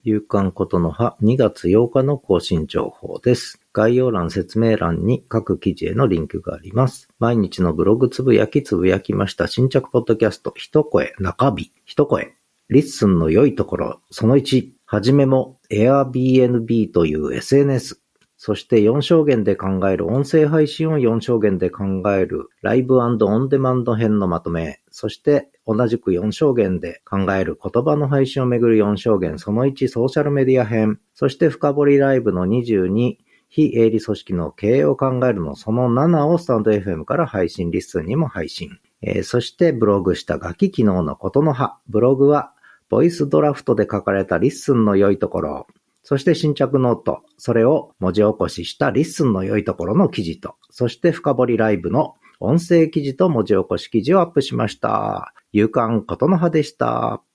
夕刊ことの葉2月8日の更新情報です。概要欄説明欄に各記事へのリンクがあります。毎日のブログつぶやきました新着ポッドキャスト一声中日一声リッスンの良いところその1はじめも Airbnb という SNSそして4証言で考える音声配信を4証言で考えるライブ&オンデマンド編のまとめ、そして同じく4証言で考える言葉の配信をめぐる4証言その1ソーシャルメディア編、そして深掘りライブの22非営利組織の経営を考えるのその7をスタンド FM から配信リッスンにも配信、そしてブログ下書き機能のことの葉、ブログはボイスドラフトで書かれたリッスンの良いところ、そして新着ノート、それを文字起こししたリッスンの良いところの記事と、そして深掘りライブの音声記事と文字起こし記事をアップしました。夕刊ことの葉でした。